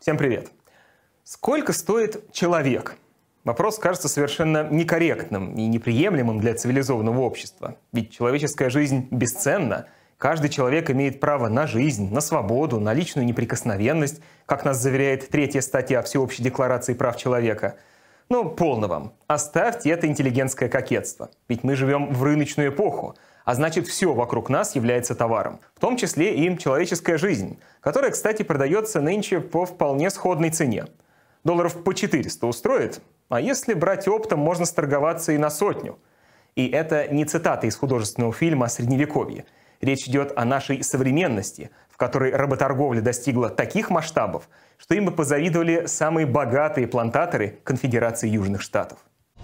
Всем привет! Сколько стоит человек? Вопрос кажется совершенно некорректным и неприемлемым для цивилизованного общества. Ведь человеческая жизнь бесценна. Каждый человек имеет право на жизнь, на свободу, на личную неприкосновенность, как нас заверяет 3-я статья Всеобщей декларации прав человека. Ну, полно вам. Оставьте это интеллигентское кокетство. Ведь мы живем в рыночную эпоху. А значит, все вокруг нас является товаром. В том числе и человеческая жизнь, которая, кстати, продается нынче по вполне сходной цене. Долларов по 400 устроит? А если брать оптом, можно сторговаться и на 100. И это не цитата из художественного фильма о Средневековье. Речь идет о нашей современности, в которой работорговля достигла таких масштабов, что им бы позавидовали самые богатые плантаторы Конфедерации Южных Штатов.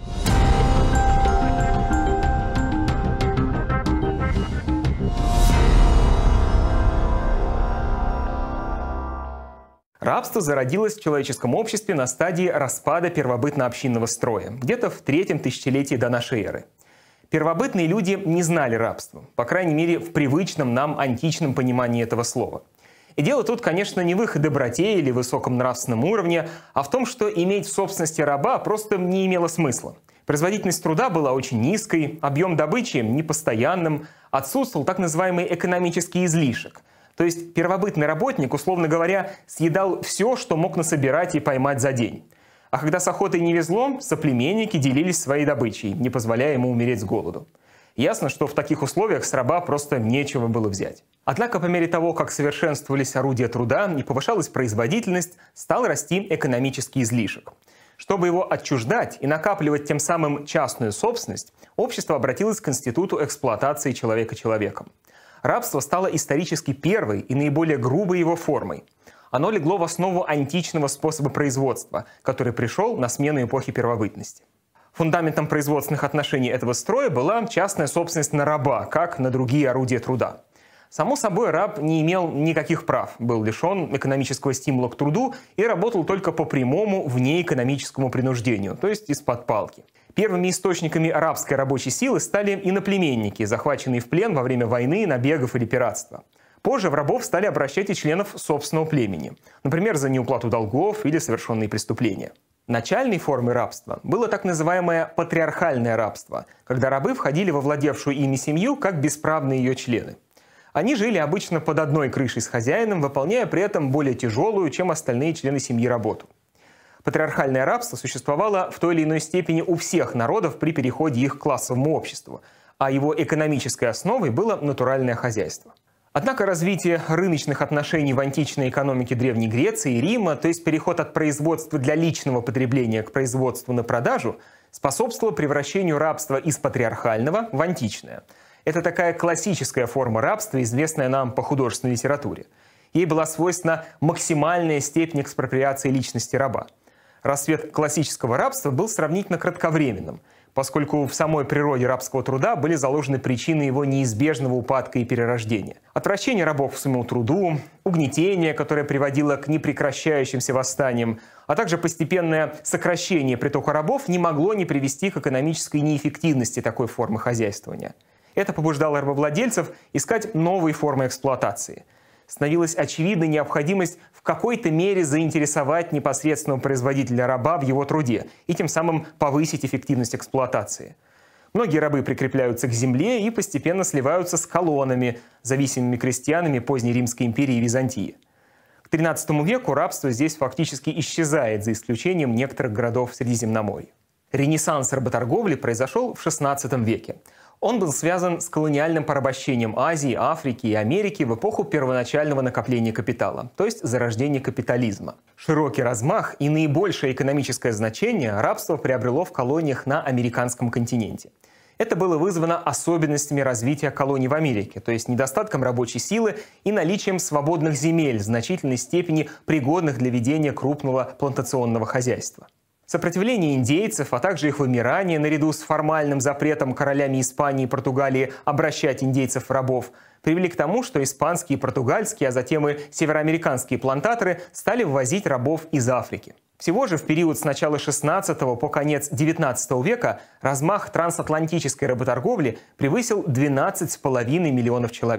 Рабство зародилось в человеческом обществе на стадии распада первобытно-общинного строя, где-то в 3-м тысячелетии до нашей эры. Первобытные люди не знали рабства, по крайней мере, в привычном нам античном понимании этого слова. И дело тут, конечно, не в их доброте или высоком нравственном уровне, а в том, что иметь в собственности раба просто не имело смысла. Производительность труда была очень низкой, объем добычи непостоянным, отсутствовал так называемый экономический излишек. То есть первобытный работник, условно говоря, съедал все, что мог насобирать и поймать за день. А когда с охотой не везло, соплеменники делились своей добычей, не позволяя ему умереть с голоду. Ясно, что в таких условиях с раба просто нечего было взять. Однако по мере того, как совершенствовались орудия труда и повышалась производительность, стал расти экономический излишек. Чтобы его отчуждать и накапливать тем самым частную собственность, общество обратилось к институту эксплуатации человека человеком. Рабство стало исторически первой и наиболее грубой его формой. Оно легло в основу античного способа производства, который пришел на смену эпохи первобытности. Фундаментом производственных отношений этого строя была частная собственность на раба, как на другие орудия труда. Само собой, раб не имел никаких прав, был лишен экономического стимула к труду и работал только по прямому внеэкономическому принуждению, то есть из-под палки. Первыми источниками рабской рабочей силы стали иноплеменники, захваченные в плен во время войны, набегов или пиратства. Позже в рабов стали обращать и членов собственного племени, например, за неуплату долгов или совершенные преступления. Начальной формой рабства было так называемое патриархальное рабство, когда рабы входили во владевшую ими семью как бесправные ее члены. Они жили обычно под одной крышей с хозяином, выполняя при этом более тяжелую, чем остальные члены семьи, работу. Патриархальное рабство существовало в той или иной степени у всех народов при переходе их к классовому обществу, а его экономической основой было натуральное хозяйство. Однако развитие рыночных отношений в античной экономике Древней Греции и Рима, то есть переход от производства для личного потребления к производству на продажу, способствовал превращению рабства из патриархального в античное. Это такая классическая форма рабства, известная нам по художественной литературе. Ей была свойственна максимальная степень экспроприации личности раба. Расцвет классического рабства был сравнительно кратковременным, поскольку в самой природе рабского труда были заложены причины его неизбежного упадка и перерождения. Отвращение рабов к своему труду, угнетение, которое приводило к непрекращающимся восстаниям, а также постепенное сокращение притока рабов не могло не привести к экономической неэффективности такой формы хозяйствования. Это побуждало рабовладельцев искать новые формы эксплуатации. Становилась очевидной необходимость в какой-то мере заинтересовать непосредственного производителя раба в его труде и тем самым повысить эффективность эксплуатации. Многие рабы прикрепляются к земле и постепенно сливаются с колоннами, зависимыми крестьянами поздней Римской империи и Византии. К XIII веку рабство здесь фактически исчезает, за исключением некоторых городов Средиземноморья. Ренессанс работорговли произошел в XVI веке. Он был связан с колониальным порабощением Азии, Африки и Америки в эпоху первоначального накопления капитала, то есть зарождения капитализма. Широкий размах и наибольшее экономическое значение рабство приобрело в колониях на американском континенте. Это было вызвано особенностями развития колоний в Америке, то есть недостатком рабочей силы и наличием свободных земель в значительной степени пригодных для ведения крупного плантационного хозяйства. Сопротивление индейцев, а также их вымирание, наряду с формальным запретом королями Испании и Португалии обращать индейцев в рабов, привели к тому, что испанские и португальские, а затем и североамериканские плантаторы стали ввозить рабов из Африки. Всего же в период с начала XVI по конец XIX века размах трансатлантической работорговли превысил 12,5 миллионов человек.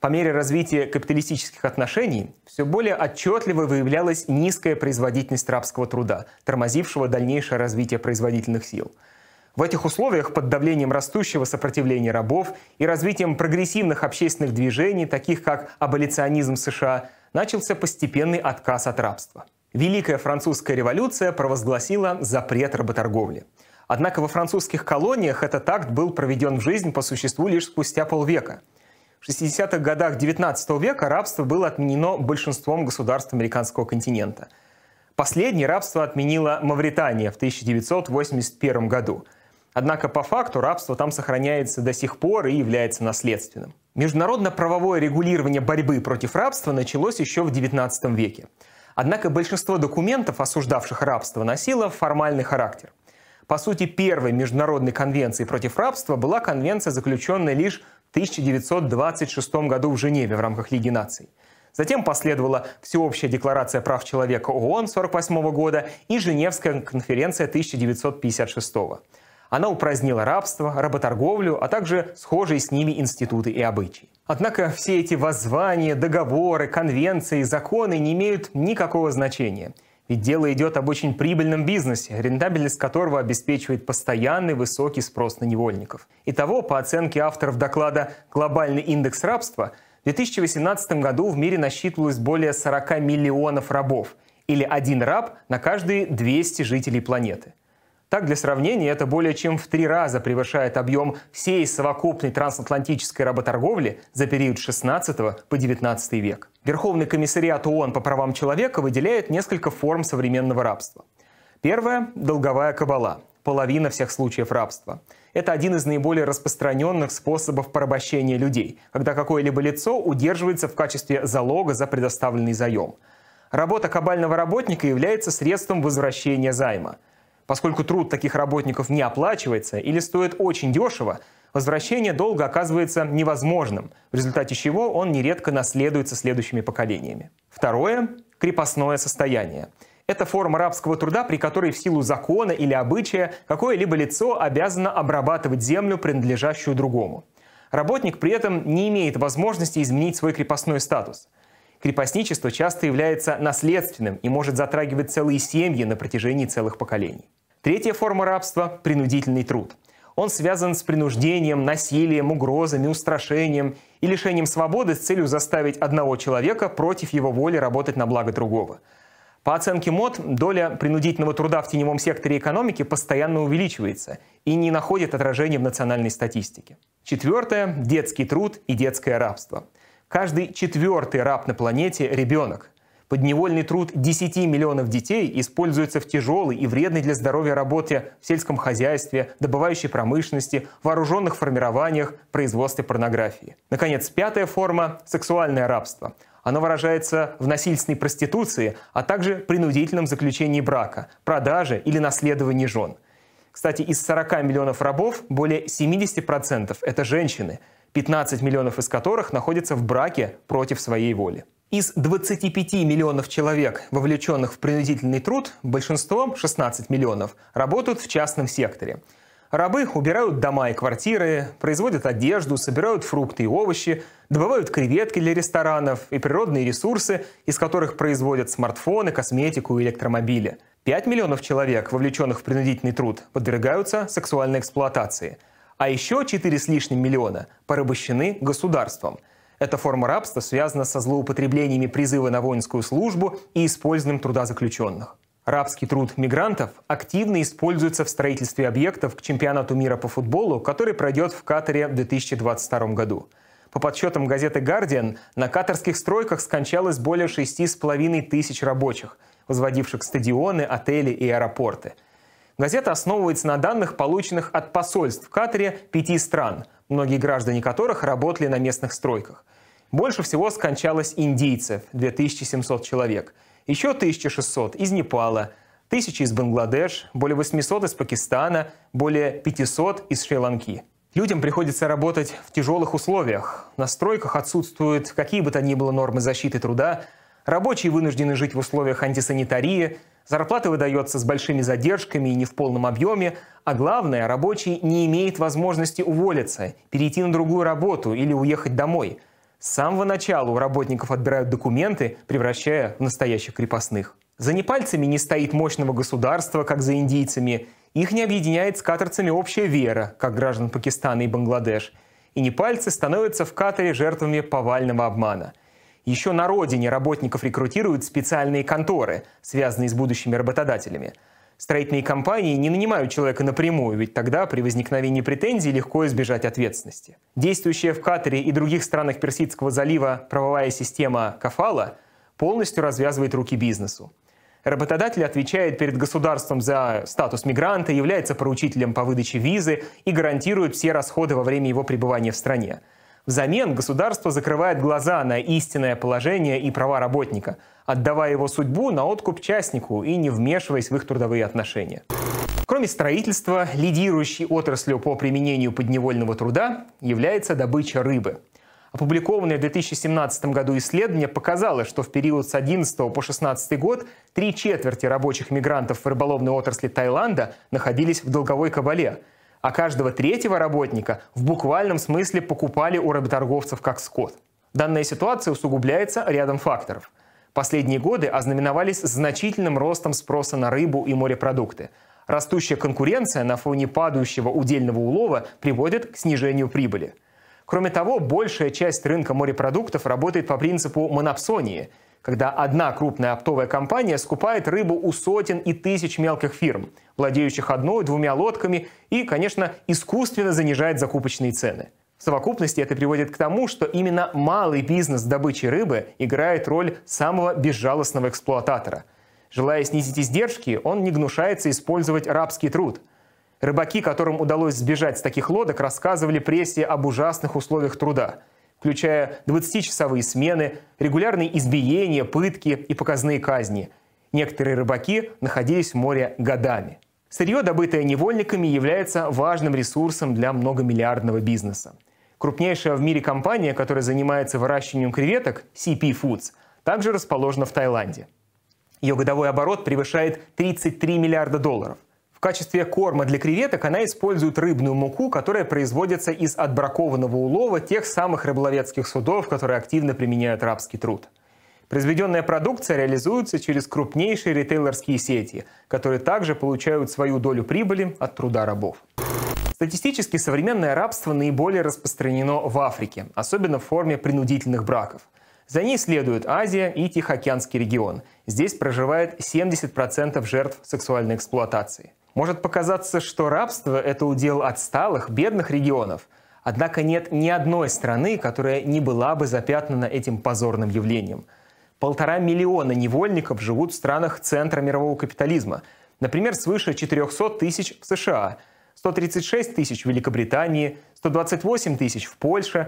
По мере развития капиталистических отношений все более отчетливо выявлялась низкая производительность рабского труда, тормозившего дальнейшее развитие производительных сил. В этих условиях под давлением растущего сопротивления рабов и развитием прогрессивных общественных движений, таких как аболиционизм США, начался постепенный отказ от рабства. Великая французская революция провозгласила запрет работорговли. Однако во французских колониях этот акт был проведен в жизнь по существу лишь спустя полвека. В 60-х годах XIX века рабство было отменено большинством государств американского континента. Последнее рабство отменила Мавритания в 1981 году. Однако по факту рабство там сохраняется до сих пор и является наследственным. Международно-правовое регулирование борьбы против рабства началось еще в XIX веке. Однако большинство документов, осуждавших рабство, носило формальный характер. По сути, первой международной конвенцией против рабства была конвенция, заключенная лишь в 1926 году в Женеве в рамках Лиги наций. Затем последовала Всеобщая декларация прав человека ООН 1948 года и Женевская конференция 1956 года. Она упразднила рабство, работорговлю, а также схожие с ними институты и обычаи. Однако все эти воззвания, договоры, конвенции, законы не имеют никакого значения. Ведь дело идет об очень прибыльном бизнесе, рентабельность которого обеспечивает постоянный высокий спрос на невольников. Итого, по оценке авторов доклада «Глобальный индекс рабства», в 2018 году в мире насчитывалось более 40 миллионов рабов, или один раб на каждые 200 жителей планеты. Так, для сравнения, это более чем в 3 раза превышает объем всей совокупной трансатлантической работорговли за период с 16 по 19 век. Верховный комиссариат ООН по правам человека выделяет несколько форм современного рабства. Первая – долговая кабала, половина всех случаев рабства. Это один из наиболее распространенных способов порабощения людей, когда какое-либо лицо удерживается в качестве залога за предоставленный заем. Работа кабального работника является средством возвращения займа. Поскольку труд таких работников не оплачивается или стоит очень дешево, возвращение долга оказывается невозможным, в результате чего он нередко наследуется следующими поколениями. Второе – крепостное состояние. Это форма рабского труда, при которой в силу закона или обычая какое-либо лицо обязано обрабатывать землю, принадлежащую другому. Работник при этом не имеет возможности изменить свой крепостной статус. Крепостничество часто является наследственным и может затрагивать целые семьи на протяжении целых поколений. Третья форма рабства – принудительный труд. Он связан с принуждением, насилием, угрозами, устрашением и лишением свободы с целью заставить одного человека против его воли работать на благо другого. По оценке МОД, доля принудительного труда в теневом секторе экономики постоянно увеличивается и не находит отражения в национальной статистике. Четвертое – детский труд и детское рабство. Каждый 4-й раб на планете – ребенок. Подневольный труд 10 миллионов детей используется в тяжелой и вредной для здоровья работе в сельском хозяйстве, добывающей промышленности, вооруженных формированиях, производстве порнографии. Наконец, 5-я форма – сексуальное рабство. Оно выражается в насильственной проституции, а также принудительном заключении брака, продаже или наследовании жен. Кстати, из 40 миллионов рабов более 70% – это женщины, 15 миллионов из которых находятся в браке против своей воли. Из 25 миллионов человек, вовлеченных в принудительный труд, большинство, 16 миллионов, работают в частном секторе. Рабы убирают дома и квартиры, производят одежду, собирают фрукты и овощи, добывают креветки для ресторанов и природные ресурсы, из которых производят смартфоны, косметику и электромобили. 5 миллионов человек, вовлеченных в принудительный труд, подвергаются сексуальной эксплуатации. А еще 4 с лишним миллиона порабощены государством. Эта форма рабства связана со злоупотреблениями призыва на воинскую службу и использованием труда заключенных. Рабский труд мигрантов активно используется в строительстве объектов к чемпионату мира по футболу, который пройдет в Катаре в 2022 году. По подсчетам газеты «Гардиан», на катарских стройках скончалось более 6,5 тысяч рабочих, возводивших стадионы, отели и аэропорты. Газета основывается на данных, полученных от посольств в Катаре 5 стран, многие граждане которых работали на местных стройках. Больше всего скончалось индийцев – 2700 человек. Еще 1600 из Непала, 1000 из Бангладеш, более 800 из Пакистана, более 500 из Шри-Ланки. Людям приходится работать в тяжелых условиях. На стройках отсутствуют какие бы то ни было нормы защиты труда, рабочие вынуждены жить в условиях антисанитарии, зарплата выдается с большими задержками и не в полном объеме, а главное, рабочий не имеет возможности уволиться, перейти на другую работу или уехать домой. С самого начала у работников отбирают документы, превращая в настоящих крепостных. За непальцами не стоит мощного государства, как за индийцами. Их не объединяет с катарцами общая вера, как граждан Пакистана и Бангладеш. И непальцы становятся в Катаре жертвами повального обмана. Еще на родине работников рекрутируют специальные конторы, связанные с будущими работодателями. Строительные компании не нанимают человека напрямую, ведь тогда при возникновении претензий легко избежать ответственности. Действующая в Катаре и других странах Персидского залива правовая система кафала полностью развязывает руки бизнесу. Работодатель отвечает перед государством за статус мигранта, является поручителем по выдаче визы и гарантирует все расходы во время его пребывания в стране. Взамен государство закрывает глаза на истинное положение и права работника, отдавая его судьбу на откуп частнику и не вмешиваясь в их трудовые отношения. Кроме строительства, лидирующей отраслью по применению подневольного труда является добыча рыбы. Опубликованное в 2017 году исследование показало, что в период с 2011 по 2016 год 3/4 рабочих мигрантов в рыболовной отрасли Таиланда находились в долговой кабале, а каждого третьего работника в буквальном смысле покупали у работорговцев как скот. Данная ситуация усугубляется рядом факторов. Последние годы ознаменовались значительным ростом спроса на рыбу и морепродукты. Растущая конкуренция на фоне падающего удельного улова приводит к снижению прибыли. Кроме того, большая часть рынка морепродуктов работает по принципу монопсонии, когда одна крупная оптовая компания скупает рыбу у сотен и тысяч мелких фирм, владеющих одной-двумя лодками, и, конечно, искусственно занижает закупочные цены. В совокупности это приводит к тому, что именно малый бизнес добычи рыбы играет роль самого безжалостного эксплуататора. Желая снизить издержки, он не гнушается использовать рабский труд. Рыбаки, которым удалось сбежать с таких лодок, рассказывали прессе об ужасных условиях труда, включая 20-часовые смены, регулярные избиения, пытки и показные казни. Некоторые рыбаки находились в море годами. Сырье, добытое невольниками, является важным ресурсом для многомиллиардного бизнеса. Крупнейшая в мире компания, которая занимается выращиванием креветок, CP Foods, также расположена в Таиланде. Ее годовой оборот превышает $33 миллиарда. В качестве корма для креветок она использует рыбную муку, которая производится из отбракованного улова тех самых рыболовецких судов, которые активно применяют рабский труд. Произведенная продукция реализуется через крупнейшие ритейлерские сети, которые также получают свою долю прибыли от труда рабов. Статистически современное рабство наиболее распространено в Африке, особенно в форме принудительных браков. За ней следует Азия и Тихоокеанский регион. Здесь проживает 70% жертв сексуальной эксплуатации. Может показаться, что рабство – это удел отсталых, бедных регионов. Однако нет ни одной страны, которая не была бы запятнана этим позорным явлением. 1,5 миллиона невольников живут в странах центра мирового капитализма. Например, свыше 400 тысяч в США, 136 тысяч в Великобритании, 128 тысяч в Польше,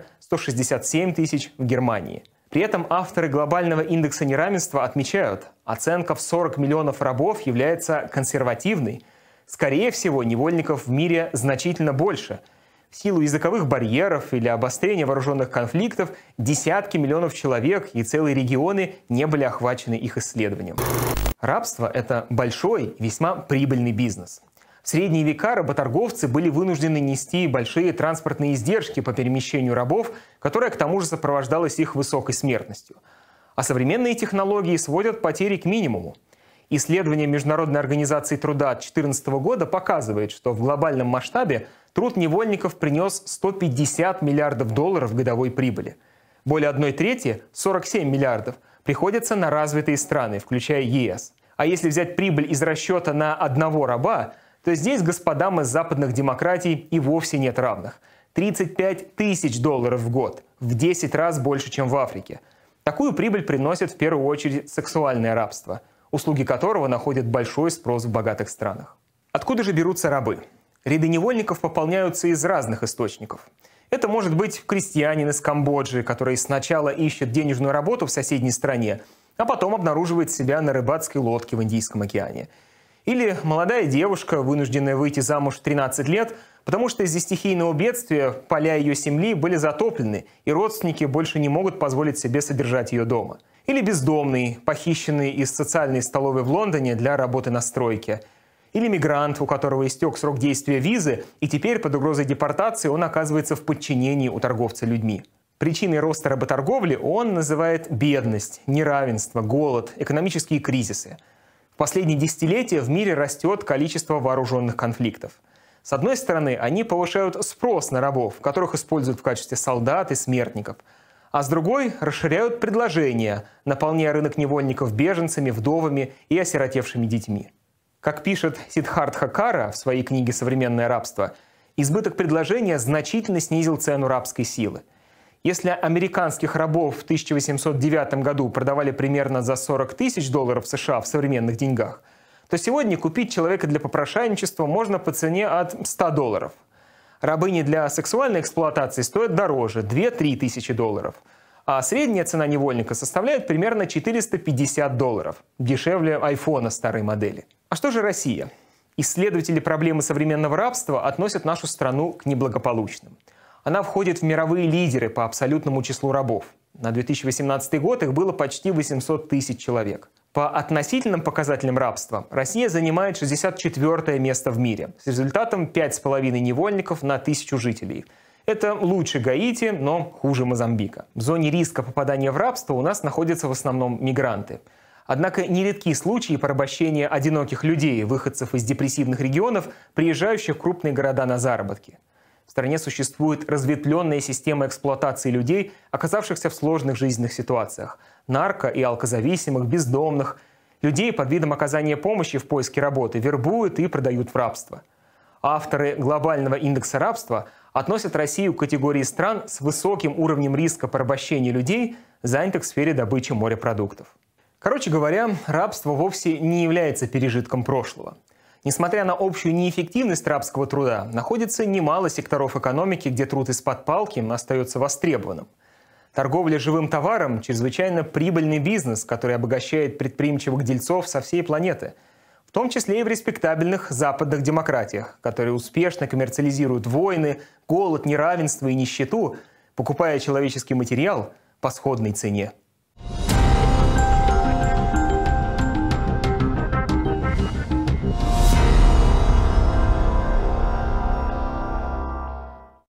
167 тысяч в Германии. При этом авторы глобального индекса неравенства отмечают, оценка в 40 миллионов рабов является консервативной. Скорее всего, невольников в мире значительно больше. В силу языковых барьеров или обострения вооруженных конфликтов десятки миллионов человек и целые регионы не были охвачены их исследованием. Рабство – это большой, весьма прибыльный бизнес. В средние века работорговцы были вынуждены нести большие транспортные издержки по перемещению рабов, которое к тому же сопровождалось их высокой смертностью. А современные технологии сводят потери к минимуму. Исследование Международной организации труда 2014 года показывает, что в глобальном масштабе труд невольников принес $150 миллиардов годовой прибыли. Более 1/3, 47 миллиардов, приходится на развитые страны, включая ЕС. А если взять прибыль из расчета на одного раба, то здесь господам из западных демократий и вовсе нет равных. $35 тысяч в год, в 10 раз больше, чем в Африке. Такую прибыль приносит в первую очередь сексуальное рабство, услуги которого находят большой спрос в богатых странах. Откуда же берутся рабы? Ряды невольников пополняются из разных источников. Это может быть крестьянин из Камбоджи, который сначала ищет денежную работу в соседней стране, а потом обнаруживает себя на рыбацкой лодке в Индийском океане. Или молодая девушка, вынужденная выйти замуж в 13 лет, потому что из-за стихийного бедствия поля ее земли были затоплены, и родственники больше не могут позволить себе содержать ее дома. Или бездомный, похищенный из социальной столовой в Лондоне для работы на стройке. Или мигрант, у которого истек срок действия визы, и теперь под угрозой депортации он оказывается в подчинении у торговца людьми. Причиной роста работорговли он называет бедность, неравенство, голод, экономические кризисы. В последние десятилетия в мире растет количество вооруженных конфликтов. С одной стороны, они повышают спрос на рабов, которых используют в качестве солдат и смертников. А с другой – расширяют предложение, наполняя рынок невольников беженцами, вдовами и осиротевшими детьми. Как пишет Сиддхартха Кара в своей книге «Современное рабство», избыток предложения значительно снизил цену рабской силы. Если американских рабов в 1809 году продавали примерно за $40 тысяч США в современных деньгах, то сегодня купить человека для попрошайничества можно по цене от $100. Рабыни для сексуальной эксплуатации стоят дороже – 2-3 тысячи $, а средняя цена невольника составляет примерно $450, дешевле айфона старой модели. А что же Россия? Исследователи проблемы современного рабства относят нашу страну к неблагополучным. Она входит в мировые лидеры по абсолютному числу рабов. На 2018 год их было почти 800 тысяч человек. По относительным показателям рабства Россия занимает 64-е место в мире с результатом 5,5 невольников на 1000 жителей. Это лучше Гаити, но хуже Мозамбика. В зоне риска попадания в рабство у нас находятся в основном мигранты. Однако нередки случаи порабощения одиноких людей, выходцев из депрессивных регионов, приезжающих в крупные города на заработки. В стране существует разветвленная система эксплуатации людей, оказавшихся в сложных жизненных ситуациях – нарко- и алкозависимых, бездомных. Людей под видом оказания помощи в поиске работы вербуют и продают в рабство. Авторы глобального индекса рабства относят Россию к категории стран с высоким уровнем риска порабощения людей, занятых в сфере добычи морепродуктов. Короче говоря, рабство вовсе не является пережитком прошлого. Несмотря на общую неэффективность рабского труда, находится немало секторов экономики, где труд из-под палки остается востребованным. Торговля живым товаром – чрезвычайно прибыльный бизнес, который обогащает предприимчивых дельцов со всей планеты, в том числе и в респектабельных западных демократиях, которые успешно коммерциализируют войны, голод, неравенство и нищету, покупая человеческий материал по сходной цене.